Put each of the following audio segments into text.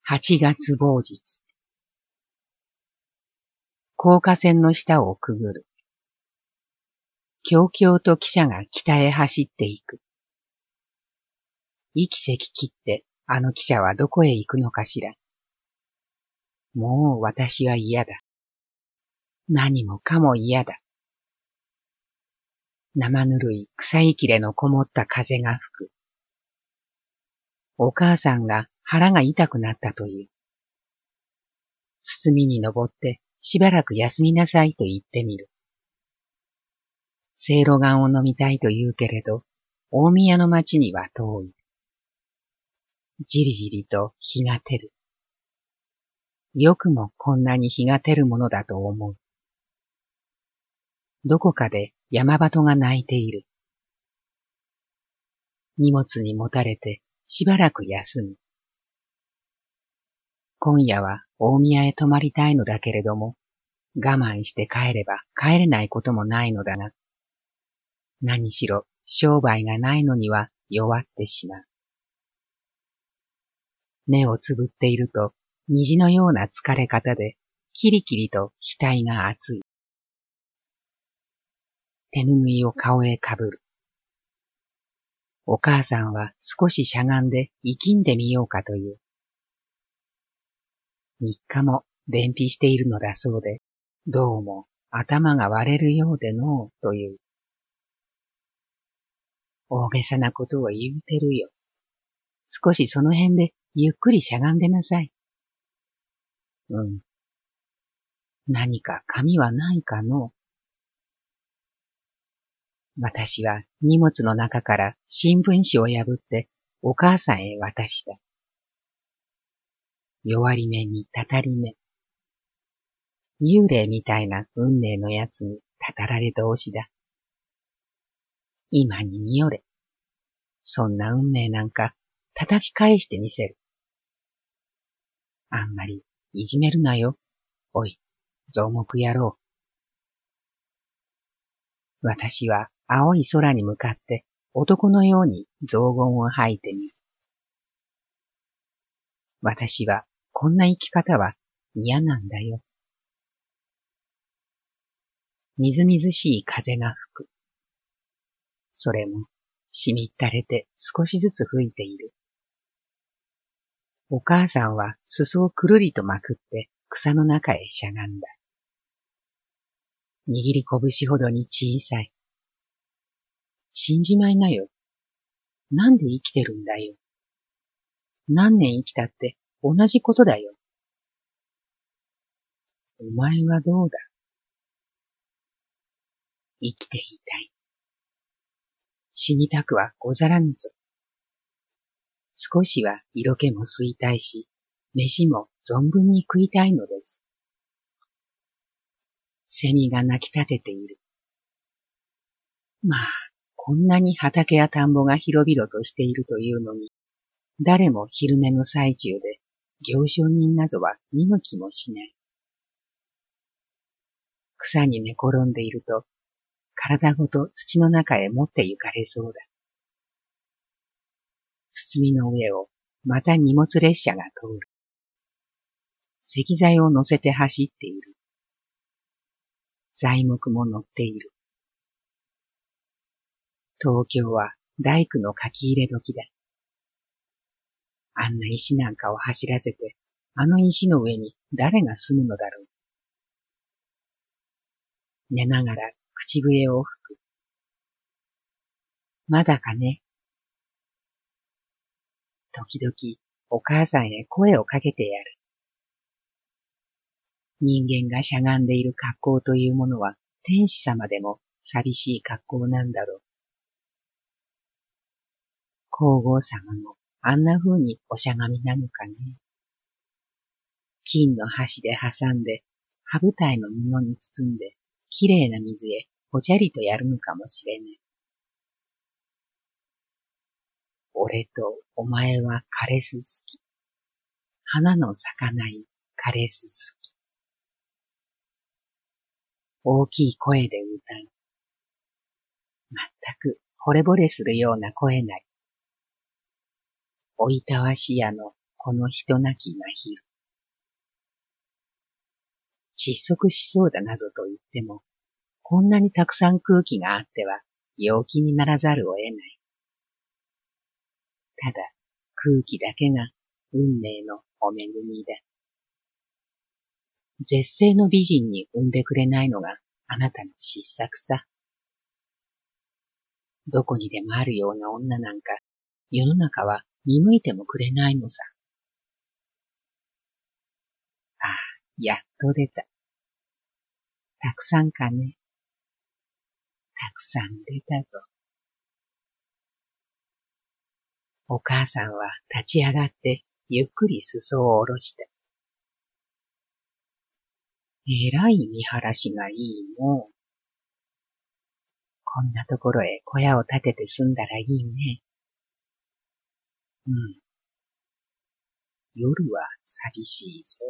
8月某日。高架線の下をくぐる。迢々と汽車が北へ走っていく。息せき切ってあの汽車はどこへ行くのかしら。もう私は嫌だ。何もかも嫌だ。生ぬるい草いきれのこもった風が吹く。お母さんが腹が痛くなったという。包みに登ってしばらく休みなさいと言ってみる。せいろがんを飲みたいと言うけれど、大宮の町には遠い。じりじりと日が照る。よくもこんなに日が照るものだと思う。どこかで山鳩が鳴いている。荷物にもたれてしばらく休む。今夜は大宮へ泊まりたいのだけれども、我慢して帰れば帰れないこともないのだが、何しろ商売がないのには弱ってしまう。目をつぶっていると虹のような疲れ方でキリキリと額が熱い。手ぬぐいを顔へかぶる。お母さんは少ししゃがんで生きんでみようかという。3日も便秘しているのだそうで、どうも頭が割れるようでのうという。大げさなことを言うてるよ。少しその辺でゆっくりしゃがんでなさい。何か紙はないかの。私は荷物の中から新聞紙を破ってお母さんへ渡した。弱り目にたたり目。幽霊みたいな運命のやつにたたられ同士だ。今に見よれ。そんな運命なんか叩き返してみせる。あんまりいじめるなよ。おい、臓木野郎。私は青い空に向かって男のように雑言を吐いてみる。私はこんな生き方は嫌なんだよ。みずみずしい風が吹く。それもしみったれて少しずつ吹いている。お母さんは裾をくるりとまくって草の中へしゃがんだ。握り拳ほどに小さい。死んじまいなよ。なんで生きてるんだよ。何年生きたって同じことだよ。お前はどうだ。生きていたい。死にたくはござらぬぞ。少しは色気も吸いたいし、飯も存分に食いたいのです。セミが鳴き立てている。まあ、こんなに畑や田んぼが広々としているというのに、誰も昼寝の最中で、行商人などは見向きもしない。草に寝転んでいると、体ごと土の中へ持って行かれそうだ。包みの上をまた荷物列車が通る。石材を乗せて走っている。材木も乗っている。東京は大工の書き入れ時だ。あんな石なんかを走らせて、あの石の上に誰が住むのだろう。寝ながら口笛を吹く。まだかね。時々お母さんへ声をかけてやる。人間がしゃがんでいる格好というものは天使様でも寂しい格好なんだろう。皇后様もあんな風におしゃがみなのかね。金の箸で挟んで、羽舞台の布に包んで、きれいな水へぽちゃりとやるのかもしれない。俺とお前は枯れす好き。花の咲かない枯れす好き。大きい声で歌う。まったく惚れ惚れするような声なり。おいたわし屋のこの人なき真昼。窒息しそうだなぞと言っても、こんなにたくさん空気があっては陽気にならざるを得ない。ただ空気だけが運命のお恵みだ。絶世の美人に産んでくれないのがあなたの失策さ。どこにでもあるような女なんか世の中は見向いてもくれないのさ。ああ、やっと出た。たくさんかね。たくさん出たぞ。お母さんは立ち上がってゆっくり裾を下ろした。えらい見晴らしがいいの。こんなところへ小屋を建てて住んだらいいね。うん。夜は寂しいぞ。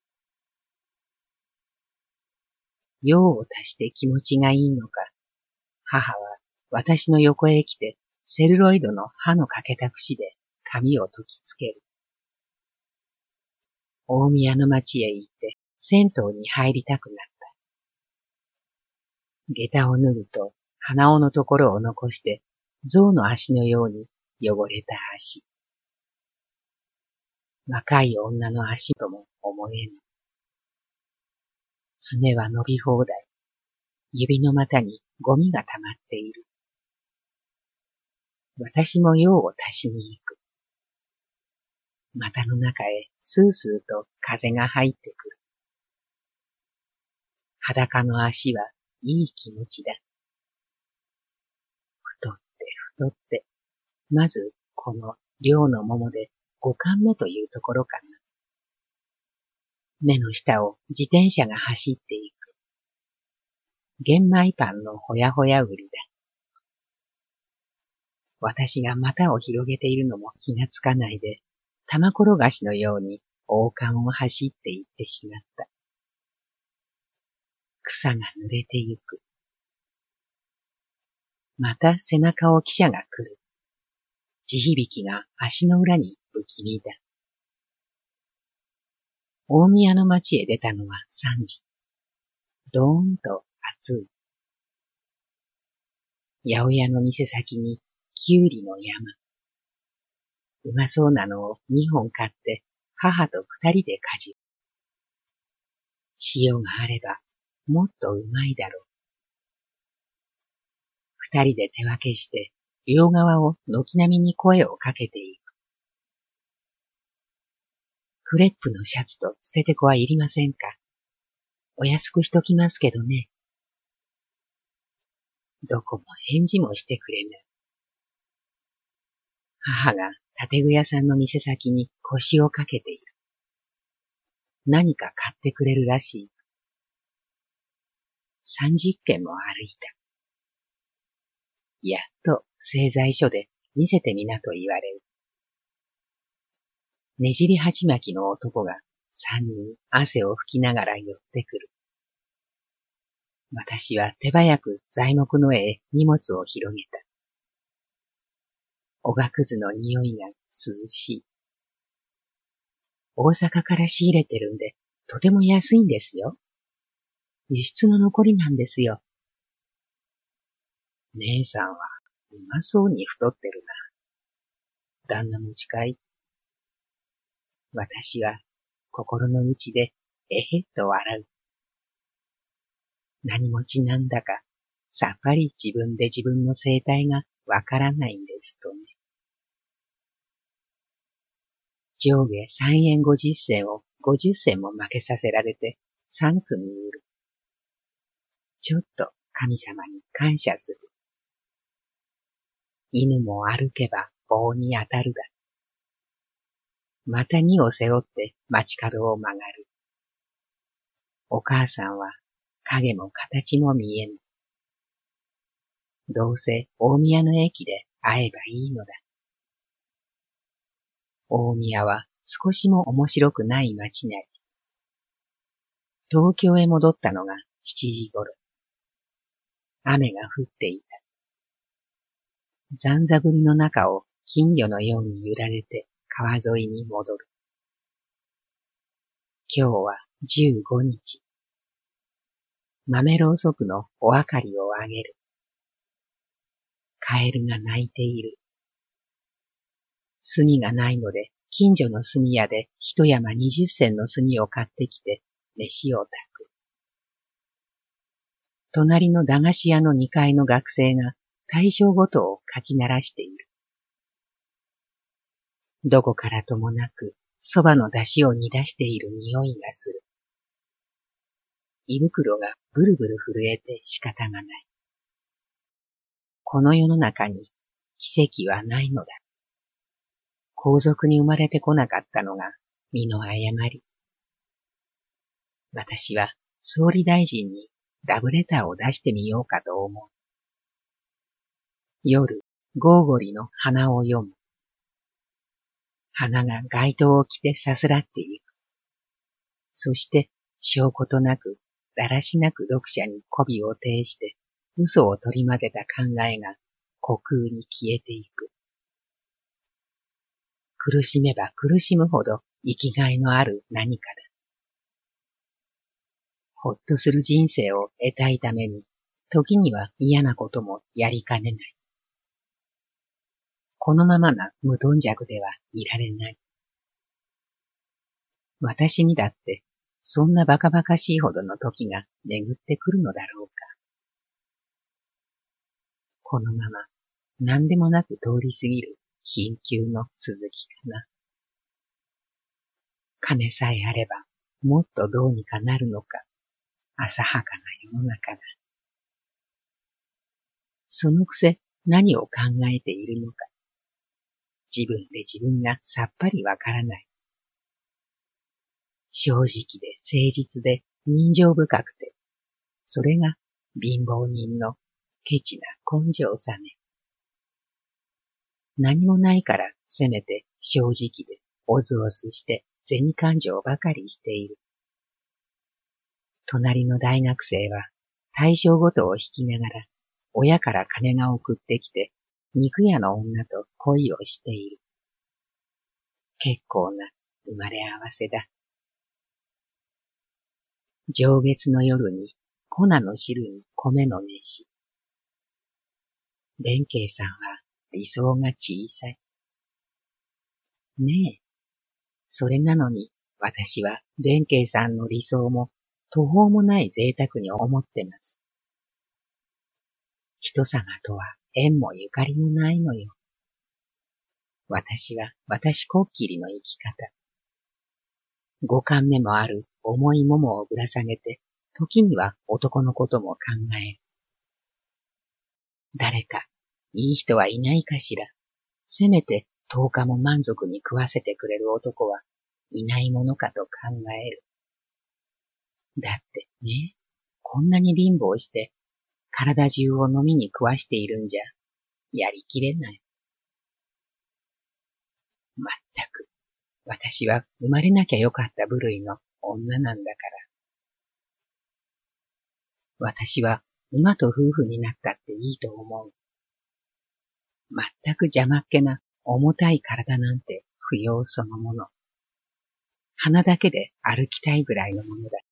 用を足して気持ちがいいのか、母は私の横へ来てセルロイドの刃の欠けた櫛で髪を解きつける。大宮の町へ行って銭湯に入りたくなった。下駄を脱ぐと鼻緒のところを残して象の足のように汚れた足。若い女の足とも思えぬ。爪は伸び放題。指の股にゴミが溜まっている。私も用を足しに行く。股の中へスースーと風が入ってくる。裸の足はいい気持ちだ。太って太って、まずこの両のももで5巻目というところかな。目の下を自転車が走っていく。玄米パンのほやほや売りだ。私が股を広げているのも気がつかないで、玉転がしのように王冠を走っていってしまった。草が濡れてゆく。また背中を汽車が来る。地響きが足の裏に不気味だ。大宮の町へ出たのは3時。どーんと暑い。八百屋の店先にきゅうりの山。うまそうなのを2本買って母と2人でかじる。塩があればもっとうまいだろう。2人で手分けして両側を軒並みに声をかけていく。クレップのシャツと捨ててこはいりませんか？お安くしときますけどね。どこも返事もしてくれぬ。母が建具屋さんの店先に腰をかけている。何か買ってくれるらしい。30軒も歩いた。やっと製材所で見せてみなと言われる。ねじり鉢巻きの男が3人汗を拭きながら寄ってくる。私は手早く材木の絵へ荷物を広げた。おがくずの匂いが涼しい。大阪から仕入れてるんで、とても安いんですよ。輸出の残りなんですよ。姉さんはうまそうに太ってるな。旦那持ちかい？私は心の内でえへっと笑う。何持ちなんだかさっぱり自分で自分の生態がわからないんですとね。上下3円50銭を50銭も負けさせられて3組売る。ちょっと神様に感謝する。犬も歩けば棒に当たるだ。また荷を背負って街角を曲がる。お母さんは影も形も見えぬ。どうせ大宮の駅で会えばいいのだ。大宮は少しも面白くない街なり。東京へ戻ったのが7時頃。雨が降っていた。ざんざぶりの中を金魚のように揺られて川沿いに戻る。 今日は15日。豆ろうそくのお明かりをあげる。カエルが鳴いている。炭がないので、近所の炭屋で一山20銭の炭を買ってきて、飯を炊く。隣の駄菓子屋の2階の学生が大正ごとをかき鳴らしている。どこからともなく、蕎麦の出汁を煮出している匂いがする。胃袋がブルブル震えて仕方がない。この世の中に奇跡はないのだ。皇族に生まれてこなかったのが身の誤り。私は総理大臣にラブレターを出してみようかと思う。夜、ゴーゴリの花を読む。花が街灯を着てさすらっていく。そして、証拠となく、だらしなく読者に媚びを呈して、嘘を取り混ぜた考えが虚空に消えていく。苦しめば苦しむほど生きがいのある何かだ。ほっとする人生を得たいために、時には嫌なこともやりかねない。このままな無頓着ではいられない。私にだって、そんなバカバカしいほどの時が巡ってくるのだろうか。このまま何でもなく通り過ぎる貧窮の続きかな。金さえあればもっとどうにかなるのか、浅はかな世の中だ。そのくせ何を考えているのか、自分で自分がさっぱりわからない。正直で誠実で人情深くて、それが貧乏人のケチな根性さね。何もないからせめて正直でおずおずして銭勘定ばかりしている。隣の大学生は大正ごとを引きながら親から金が送ってきて肉屋の女と恋をしている。結構な生まれ合わせだ。上月の夜に粉の汁に米の飯。弁慶さんは理想が小さい。ねえ。それなのに私は弁慶さんの理想も途方もない贅沢に思ってます。人様とは縁もゆかりもないのよ。私は私こっきりの生き方。五感目もある重い桃をぶら下げて、時には男のことも考える。誰か、いい人はいないかしら。せめて10日も満足に食わせてくれる男はいないものかと考える。だってね、こんなに貧乏して、体中を飲みに食わしているんじゃ、やりきれない。まったく。私は生まれなきゃよかった部類の女なんだから。私は馬と夫婦になったっていいと思う。まったく邪魔っ気な重たい体なんて不要そのもの。鼻だけで歩きたいぐらいのものだ。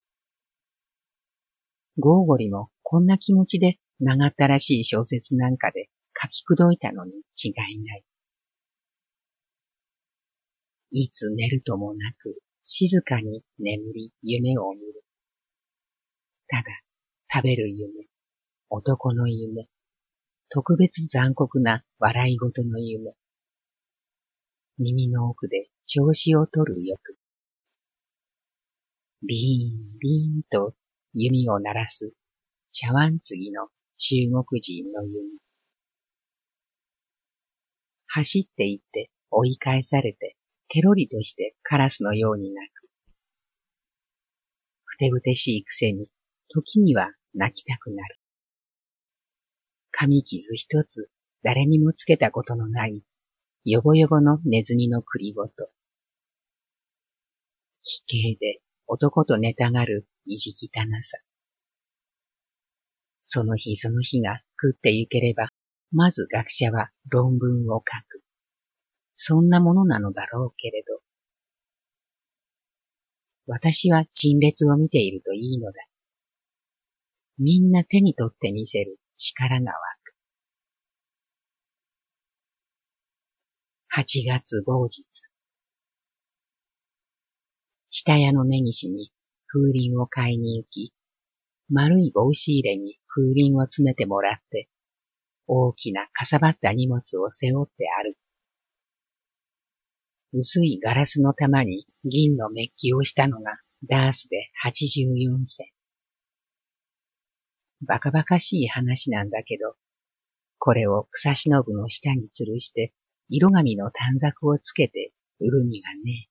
ゴーゴリもこんな気持ちで長ったらしい小説なんかで書きくどいたのに違いない。いつ寝るともなく静かに眠り夢を見る。ただ食べる夢、男の夢、特別残酷な笑い事の夢。耳の奥で調子を取る欲。ビーンビーンと弓を鳴らす茶碗継ぎの中国人の夢。走って行って追い返されてケロリとしてカラスのように鳴く。ふてぶてしいくせに時には泣きたくなる。紙傷一つ誰にもつけたことのないよぼよぼのネズミの栗ごと。奇形で男と寝たがる意地汚さ。その日その日が食ってゆければ、まず学者は論文を書く。そんなものなのだろうけれど。 私は陳列を見ているといいのだ。みんな手に取ってみせる力が湧く。8月某日。下屋の根岸に風鈴を買いに行き、丸い帽子入れに風鈴を詰めてもらって、大きなかさばった荷物を背負って歩く。薄いガラスの玉に銀のメッキをしたのがダースで84銭。バカバカしい話なんだけど、これを草忍の下に吊るして色紙の短冊をつけて売るにはね。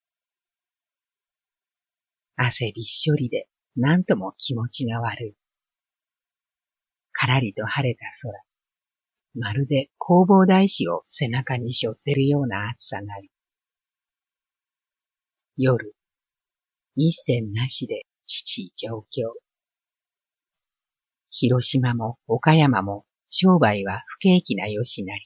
汗びっしょりでなんとも気持ちが悪い。からりと晴れた空。まるで弘法大師を背中に背負ってるような暑さなり。夜、一銭なしで父上京。広島も岡山も商売は不景気なよしなり。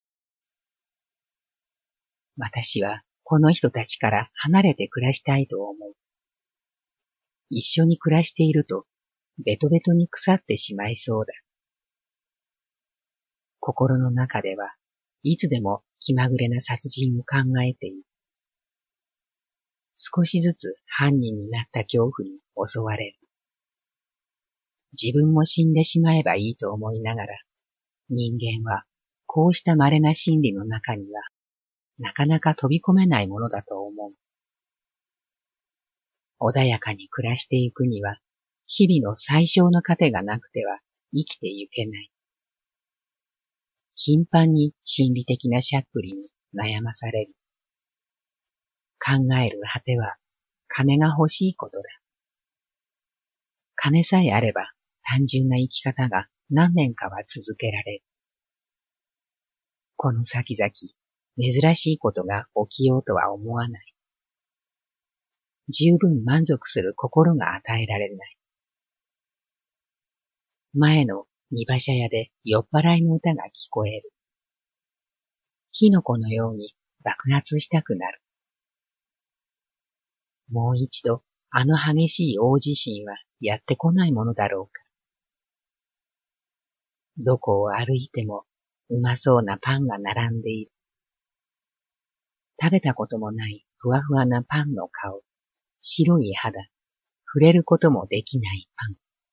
私はこの人たちから離れて暮らしたいと思う。一緒に暮らしているとベトベトに腐ってしまいそうだ。心の中ではいつでも気まぐれな殺人を考えている。少しずつ犯人になった恐怖に襲われる。自分も死んでしまえばいいと思いながら、人間はこうした稀な心理の中にはなかなか飛び込めないものだと思う。穏やかに暮らしていくには、日々の最小の糧がなくては生きてゆけない。頻繁に心理的なしゃっくりに悩まされる。考える果ては金が欲しいことだ。金さえあれば単純な生き方が何年かは続けられる。この先々、珍しいことが起きようとは思わない。十分満足する心が与えられない。前の荷馬車屋で酔っ払いの歌が聞こえる。火の粉のように爆発したくなる。もう一度あの激しい大地震はやってこないものだろうか。どこを歩いてもうまそうなパンが並んでいる。食べたこともないふわふわなパンの顔、白い肌、触れることもできないパン。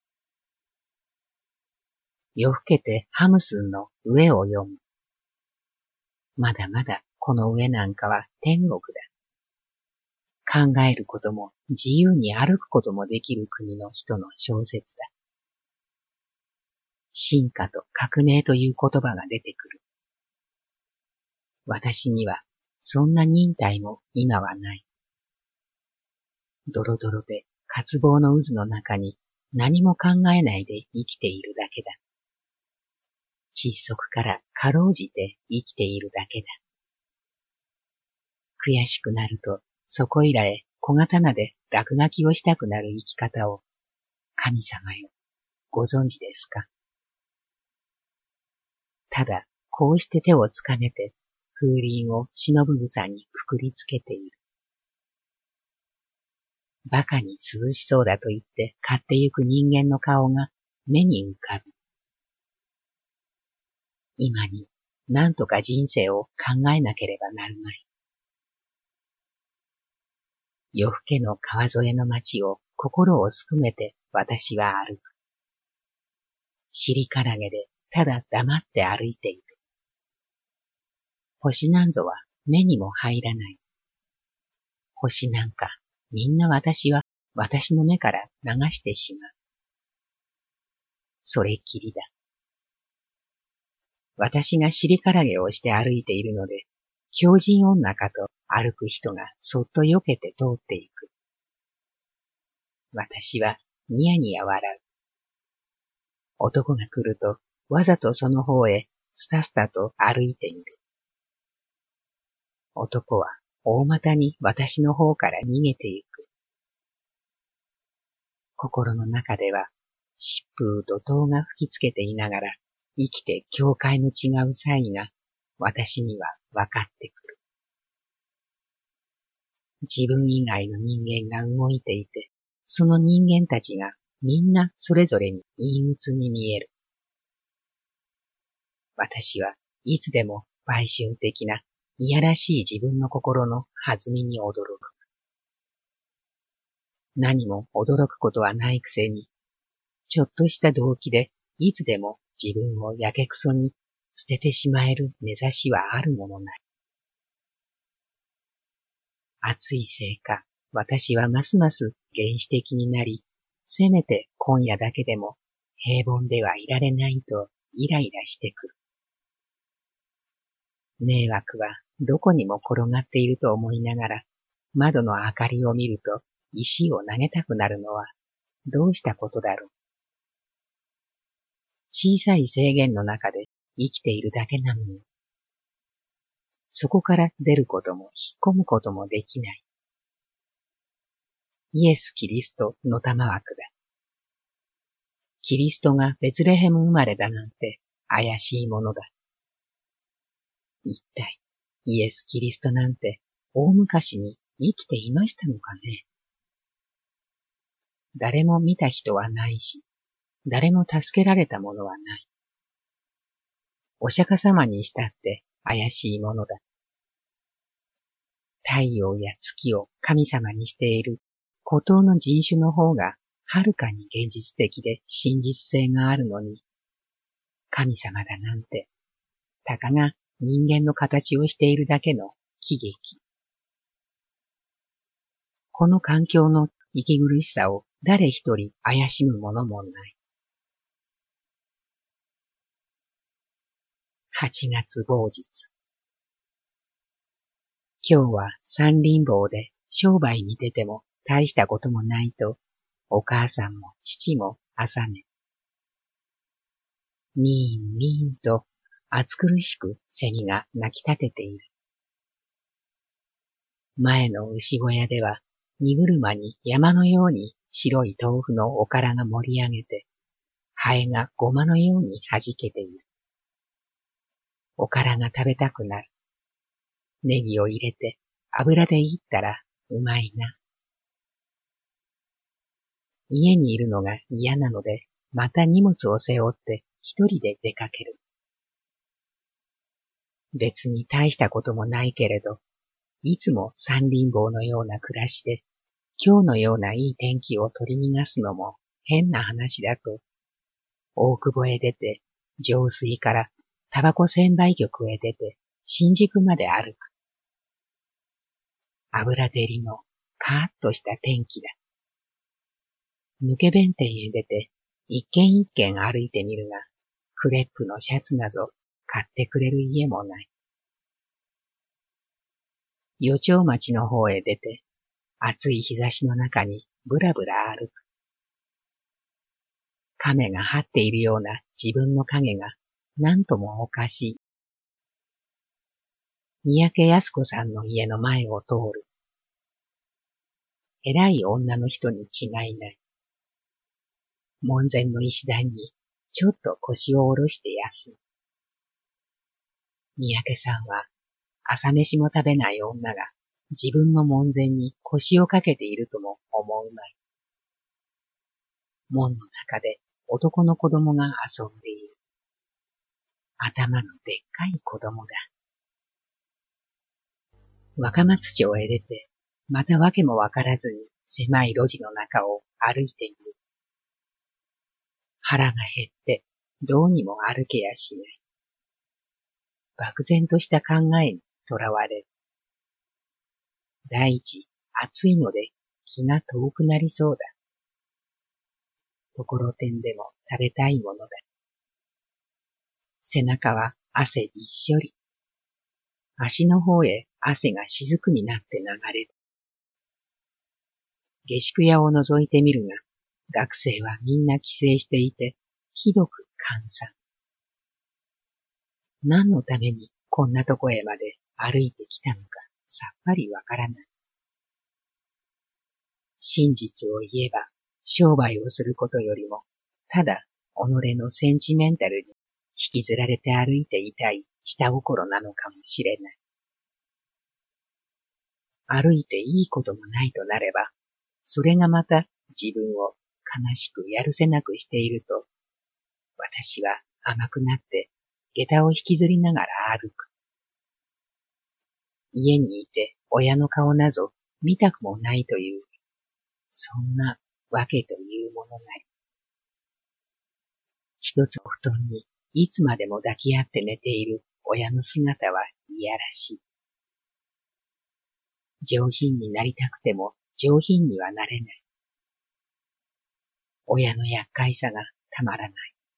夜更けてハムスンの上を読む。まだまだこの上なんかは天国だ。考えることも自由に歩くこともできる国の人の小説だ。進化と革命という言葉が出てくる。私にはそんな忍耐も今はない。ドロドロで渇望の渦の中に何も考えないで生きているだけだ。窒息からかろうじて生きているだけだ。悔しくなるとそこいらへ小刀で落書きをしたくなる生き方を、神様よ、ご存知ですか。ただこうして手をつかめて風鈴を忍ぶ草にくくりつけている。馬鹿に涼しそうだと言って買ってゆく人間の顔が目に浮かぶ。今に何とか人生を考えなければなるまい。夜更けの川沿いの街を心をすくめて私は歩く。尻からげでただ黙って歩いている。星なんぞは目にも入らない。星なんかみんな私の目から流してしまう。それっきりだ。私が尻からげをして歩いているので、狂人女かと歩く人がそっと避けて通っていく。私はニヤニヤ笑う。男が来るとわざとその方へスタスタと歩いてみる。男は大股に私の方から逃げてゆく。心の中では疾風怒涛が吹きつけていながら生きて境界の違う差異が私には分かってくる。 自分以外の人間が動いていて、その人間たちがみんなそれぞれに陰鬱に見える。私はいつでも売春的ないやらしい自分の心の弾みに驚く。何も驚くことはないくせに、ちょっとした動機でいつでも自分をやけくそに捨ててしまえる目指しはあるものない。暑いせいか、私はますます原始的になり、せめて今夜だけでも平凡ではいられないとイライラしてくる。迷惑はどこにも転がっていると思いながら、窓の明かりを見ると石を投げたくなるのはどうしたことだろう。小さい制限の中で生きているだけなのに、そこから出ることも引っ込むこともできない。イエス・キリストの玉枠だ。キリストがベツレヘム生まれだなんて怪しいものだ。一体、イエス・キリストなんて大昔に生きていましたのかね。誰も見た人はないし、誰も助けられたものはない。お釈迦様にしたって怪しいものだ。太陽や月を神様にしている孤島の人種の方がはるかに現実的で真実性があるのに、神様だなんて、たかが人間の形をしているだけの喜劇。この環境の息苦しさを誰一人怪しむものもない。8月某日。今日は山林坊で商売に出ても大したこともないと、お母さんも父も朝寝。ミーンミーンと暑苦しくセミが鳴き立てている。前の牛小屋では荷車に山のように白い豆腐のおからが盛り上げて、ハエがごまのように弾けている。おからが食べたくなる。ネギを入れて油でいったらうまいな。家にいるのが嫌なので、また荷物を背負って一人で出かける。別に大したこともないけれど、いつも山林坊のような暮らしで、今日のようないい天気を取り逃がすのも変な話だと、大久保へ出て、上水からタバコ専売局へ出て、新宿まで歩く。油照りのカーッとした天気だ。抜け弁店へ出て、一軒一軒歩いてみるが、クレップのシャツなど買ってくれる家もない。余町町の方へ出て、暑い日差しの中にぶらぶら歩く。亀が張っているような自分の影が何ともおかしい。三宅康子さんの家の前を通る。偉い女の人に違いない。門前の石段にちょっと腰を下ろして休む。三宅さんは朝飯も食べない女が自分の門前に腰をかけているとも思うまい。門の中で男の子供が遊んでいる。頭のでっかい子供だ。若松町へ出て、またわけもわからずに狭い路地の中を歩いている。腹が減ってどうにも歩けやしない。漠然とした考えにとらわれる。第一、暑いので気が遠くなりそうだ。ところてんでも食べたいものだ。背中は汗びっしょり。足の方へ汗が雫になって流れる。下宿屋を覗いてみるが、学生はみんな帰省していて、ひどく閑散。何のためにこんなとこへまで歩いてきたのかさっぱりわからない。真実を言えば、商売をすることよりも、ただ己のセンチメンタルに引きずられて歩いていたい下心なのかもしれない。 歩いていいこともないとなれば、それがまた自分を悲しくやるせなくしていると、私は甘くなって下駄を引きずりながら歩く。家にいて親の顔なぞ見たくもないという、そんなわけというものなり。一つお布団にいつまでも抱き合って寝ている親の姿はいやらしい。上品になりたくても上品にはなれない。親の厄介さがたまらない。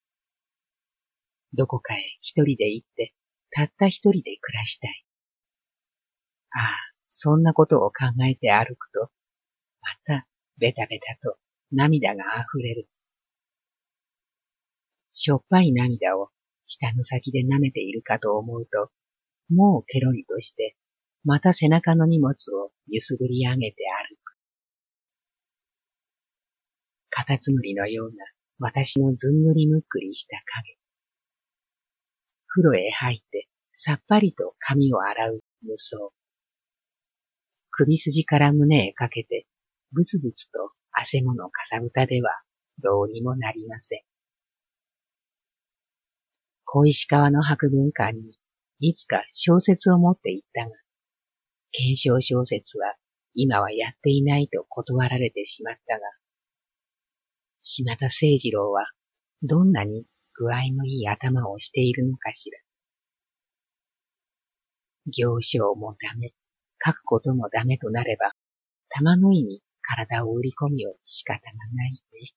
どこかへ一人で行って、たった一人で暮らしたい。ああ、そんなことを考えて歩くと、またベタベタと涙が溢れる。しょっぱい涙を舌の先で舐めているかと思うと、もうケロリとして、また背中の荷物をゆすぐり上げて歩く。カタツムリのような私のずんぐりむっくりした影。風呂へ入ってさっぱりと髪を洗う無双。首筋から胸へかけてブツブツと汗ものかさぶたではどうにもなりません。小石川の博文館にいつか小説を持って行ったが、検証小説は今はやっていないと断られてしまったが、島田清次郎はどんなに具合のいい頭をしているのかしら。行商もダメ、書くこともダメとなれば、玉の井に体を売り込むように仕方がないね。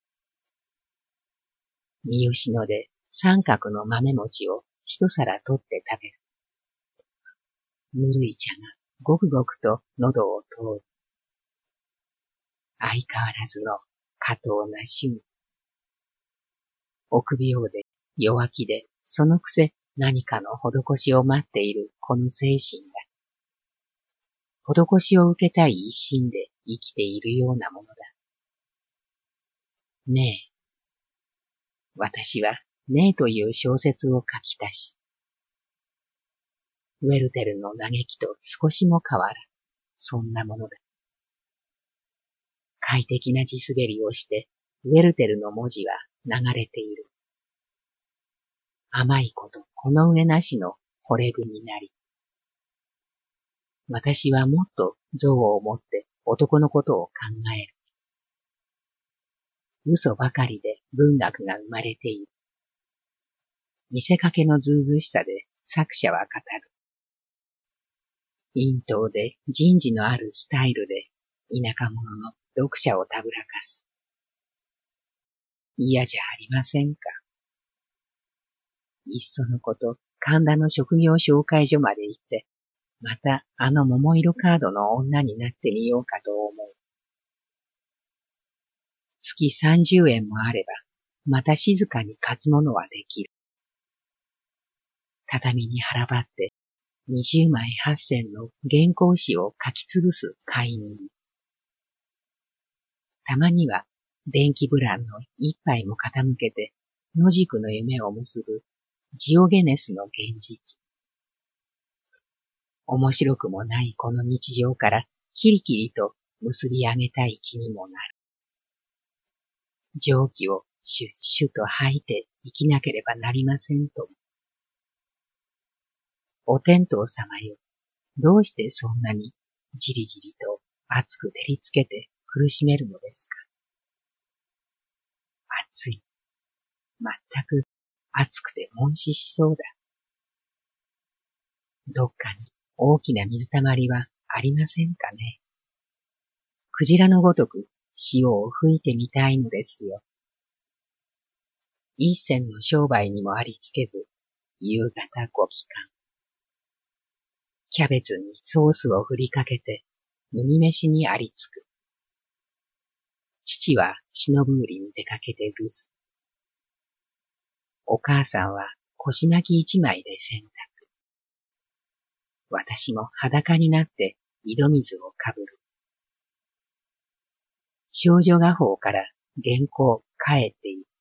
三好野で三角の豆餅を一皿取って食べる。ぬるい茶がごくごくと喉を通る。相変わらずの下等な趣味。臆病で弱気でそのくせ何かの施しを待っているこの精神が。施しを受けたい一心で生きているようなものだ。ねえ。私はねえという小説を書き足し、ウェルテルの嘆きと少しも変わらん、そんなものだ。快適な地滑りをして、ウェルテルの文字は流れている。甘いことこの上なしの惚れ文になり。私はもっと憎悪を持って男のことを考える。嘘ばかりで文学が生まれている。見せかけのずうずうしさで作者は語る。陰頭で人事のあるスタイルで田舎者の読者をたぶらかす。嫌じゃありませんか。いっそのこと神田の職業紹介所まで行って、またあの桃色カードの女になってみようかと思う。月30円もあれば、また静かに書き物はできる。畳に腹ばって20枚8銭の原稿紙を書きつぶす会員。たまには電気ブランの一杯も傾けて野宿の夢を結ぶジオゲネスの現実。面白くもないこの日常からキリキリと結び上げたい気にもなる。蒸気をシュッシュと吐いて生きなければなりませんとも。お天道様よ、どうしてそんなにじりじりと熱く照りつけて苦しめるのですか。熱い。まったく熱くて悶死しそうだ。どっかに大きな水たまりはありませんかね。クジラのごとく潮を吹いてみたいのですよ。一銭の商売にもありつけず、夕方ご帰還。キャベツにソースを振りかけて、麦飯にありつく。父は忍ぶ売りに出かけてぐす。お母さんは腰巻き一枚で洗濯。私も裸になって井戸水をかぶる。少女画報から原稿帰っている。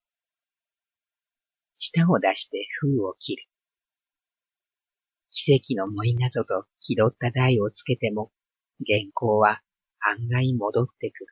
舌を出して封を切る。奇跡の森なぞと気取った台をつけても、 原稿は案外戻ってくる。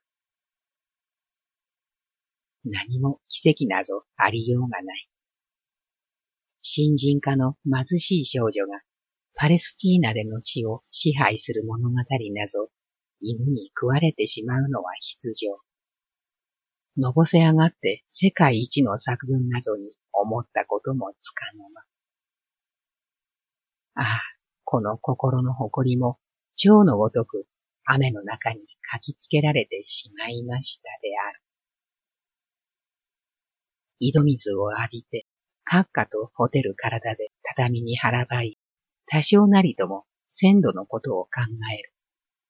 何も奇跡などありようがない。新人家の貧しい少女がパレスチーナでの地を支配する物語など、犬に食われてしまうのは必定。のぼせ上がって世界一の作文などに思ったこともつかの間。ああ、この心の誇りも蝶のごとく雨の中にかきつけられてしまいましたである。井戸水を浴びて、かっかとほてる体で畳に腹ばい、多少なりとも鮮度のことを考える。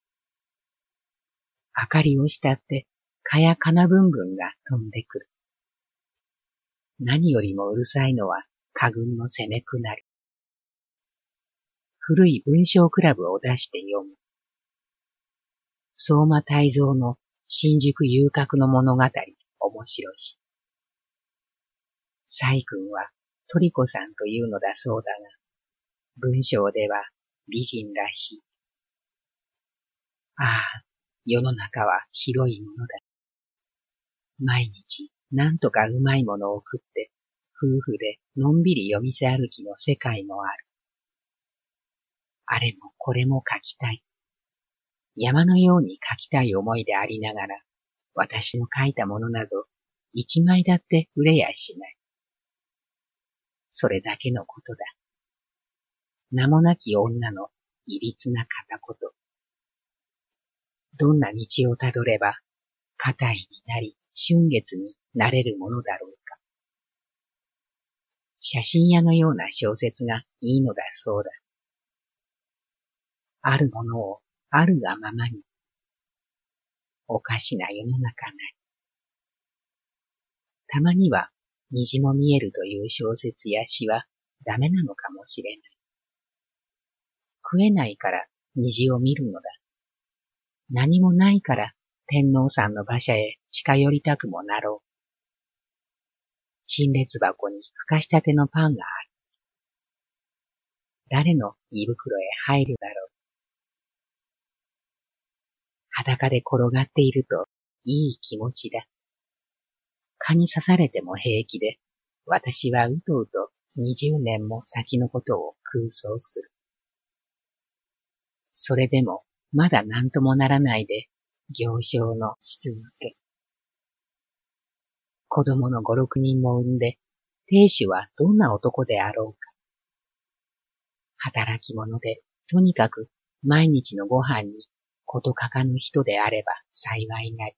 明かりをしたって蚊やカナブンブンが飛んでくる。何よりもうるさいのは家軍の攻めくなり。古い文章クラブを出して読む。相馬泰造の新宿遊郭の物語面白し。細君はトリコさんというのだそうだが、文章では美人らしい。ああ、世の中は広いものだ。毎日なんとかうまいものを食って、夫婦でのんびり夜店歩きの世界もある。あれもこれも書きたい。山のように書きたい思いでありながら、私の書いたものなど、一枚だって売れやしない。それだけのことだ。名もなき女のいびつな片言。どんな道をたどれば、堅いになり、春月になれるものだろうか。写真屋のような小説がいいのだそうだ。あるものをあるがままに。おかしな世の中ない。たまには虹も見えるという小説や詩はダメなのかもしれない。食えないから虹を見るのだ。何もないから天皇さんの馬車へ近寄りたくもなろう。陳列箱にふかしたてのパンがある。誰の胃袋へ入るだろう。裸で転がっているといい気持ちだ。蚊に刺されても平気で、私はうとうと20年も先のことを空想する。それでもまだ何ともならないで、行商のし続け。子供の5、6人も産んで、亭主はどんな男であろうか。働き者で、とにかく毎日のご飯にことかかぬ人であれば幸いなり。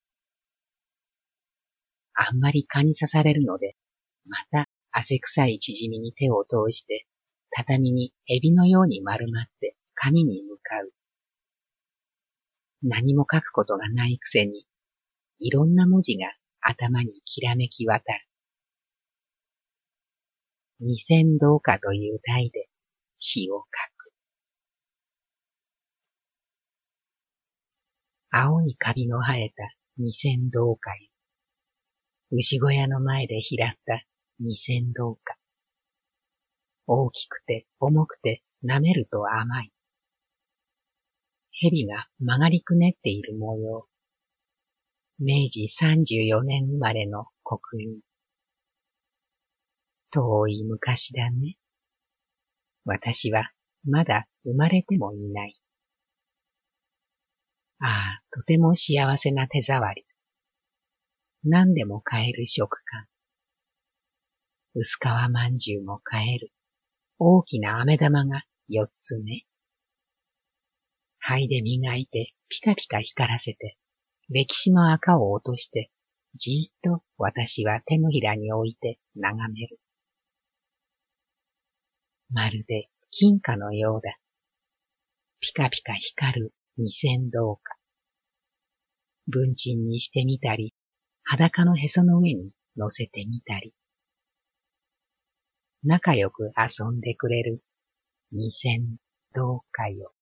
あんまり蚊に刺されるので、また汗臭い縮みに手を通して、畳に蛇のように丸まって紙に向かう。何も書くことがないくせに、いろんな文字が頭にきらめき渡る。二千どうかという題で詩を書く。青いカビの生えた二千どうかよ。牛小屋の前で拾った二千どうか。大きくて重くて舐めると甘い。蛇が曲がりくねっている模様。明治34年生まれの刻印。遠い昔だね。私はまだ生まれてもいない。ああ、とても幸せな手触り。何でも買える食感。薄皮まんじゅうも買える。大きな飴玉が4つね。灰で磨いてピカピカ光らせて、歴史の赤を落として、じーっと私は手のひらに置いて眺める。まるで金貨のようだ。ピカピカ光る二千どうか。文鎮にしてみたり、裸のへその上に乗せてみたり。仲良く遊んでくれる二千どうかよ。